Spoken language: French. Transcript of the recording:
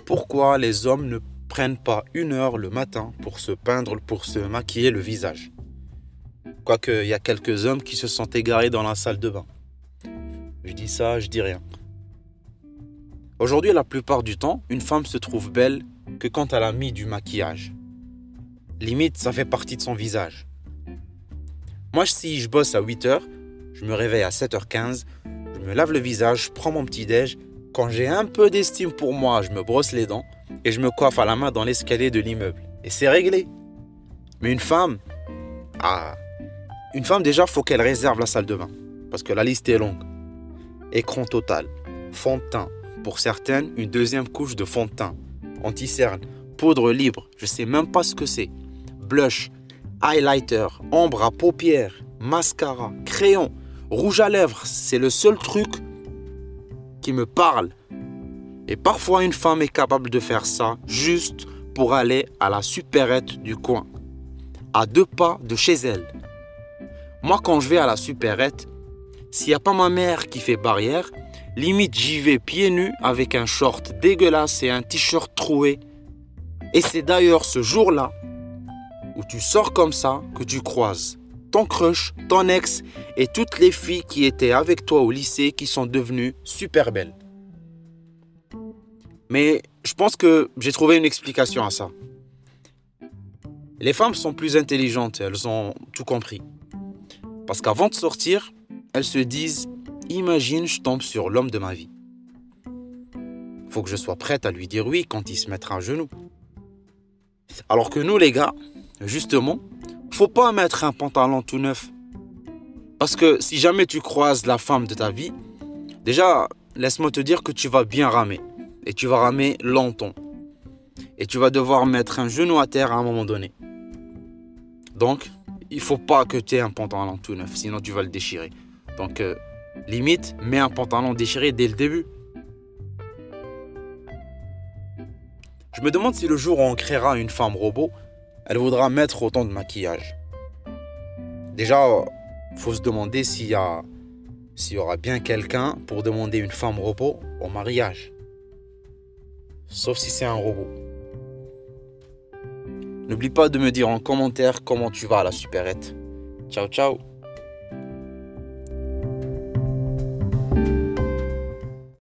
Pourquoi les hommes ne prennent pas 1 heure le matin pour se peindre, pour se maquiller le visage? Quoique, il y a quelques hommes qui se sont égarés dans la salle de bain. Je dis ça, je dis rien. Aujourd'hui, la plupart du temps, une femme se trouve belle que quand elle a mis du maquillage. Limite, ça fait partie de son visage. Moi, si je bosse à 8h, je me réveille à 7h15, je me lave le visage, je prends mon petit déj. Quand j'ai un peu d'estime pour moi, je me brosse les dents et je me coiffe à la main dans l'escalier de l'immeuble. Et c'est réglé. Mais une femme déjà, faut qu'elle réserve la salle de bain. Parce que la liste est longue. Écran total, fond de teint. Pour certaines, une deuxième couche de fond de teint. Anti-cerne, poudre libre, je sais même pas ce que c'est. Blush, highlighter, ombre à paupières, mascara, crayon, rouge à lèvres. C'est le seul truc qui me parle. Et parfois, une femme est capable de faire ça juste pour aller à la supérette du coin. À 2 pas de chez elle. Moi, quand je vais à la supérette, s'il n'y a pas ma mère qui fait barrière, limite j'y vais pieds nus avec un short dégueulasse et un t-shirt troué. Et c'est d'ailleurs ce jour-là où tu sors comme ça que tu croises ton crush, ton ex et toutes les filles qui étaient avec toi au lycée qui sont devenues super belles. Mais je pense que j'ai trouvé une explication à ça. Les femmes sont plus intelligentes, elles ont tout compris. Parce qu'avant de sortir, elles se disent « Imagine, je tombe sur l'homme de ma vie. Faut que je sois prête à lui dire oui quand il se mettra à genoux. » Alors que nous les gars, justement, faut pas mettre un pantalon tout neuf. Parce que si jamais tu croises la femme de ta vie, déjà, laisse-moi te dire que tu vas bien ramer. Et tu vas ramer longtemps. Et tu vas devoir mettre un genou à terre à un moment donné. Donc, il faut pas que tu aies un pantalon tout neuf, sinon tu vas le déchirer. Donc, limite, mets un pantalon déchiré dès le début. Je me demande si le jour où on créera une femme robot, elle voudra mettre autant de maquillage. Déjà, faut se demander s'il y aura bien quelqu'un pour demander une femme robot au mariage. Sauf si c'est un robot. N'oublie pas de me dire en commentaire comment tu vas à la supérette. Ciao, ciao.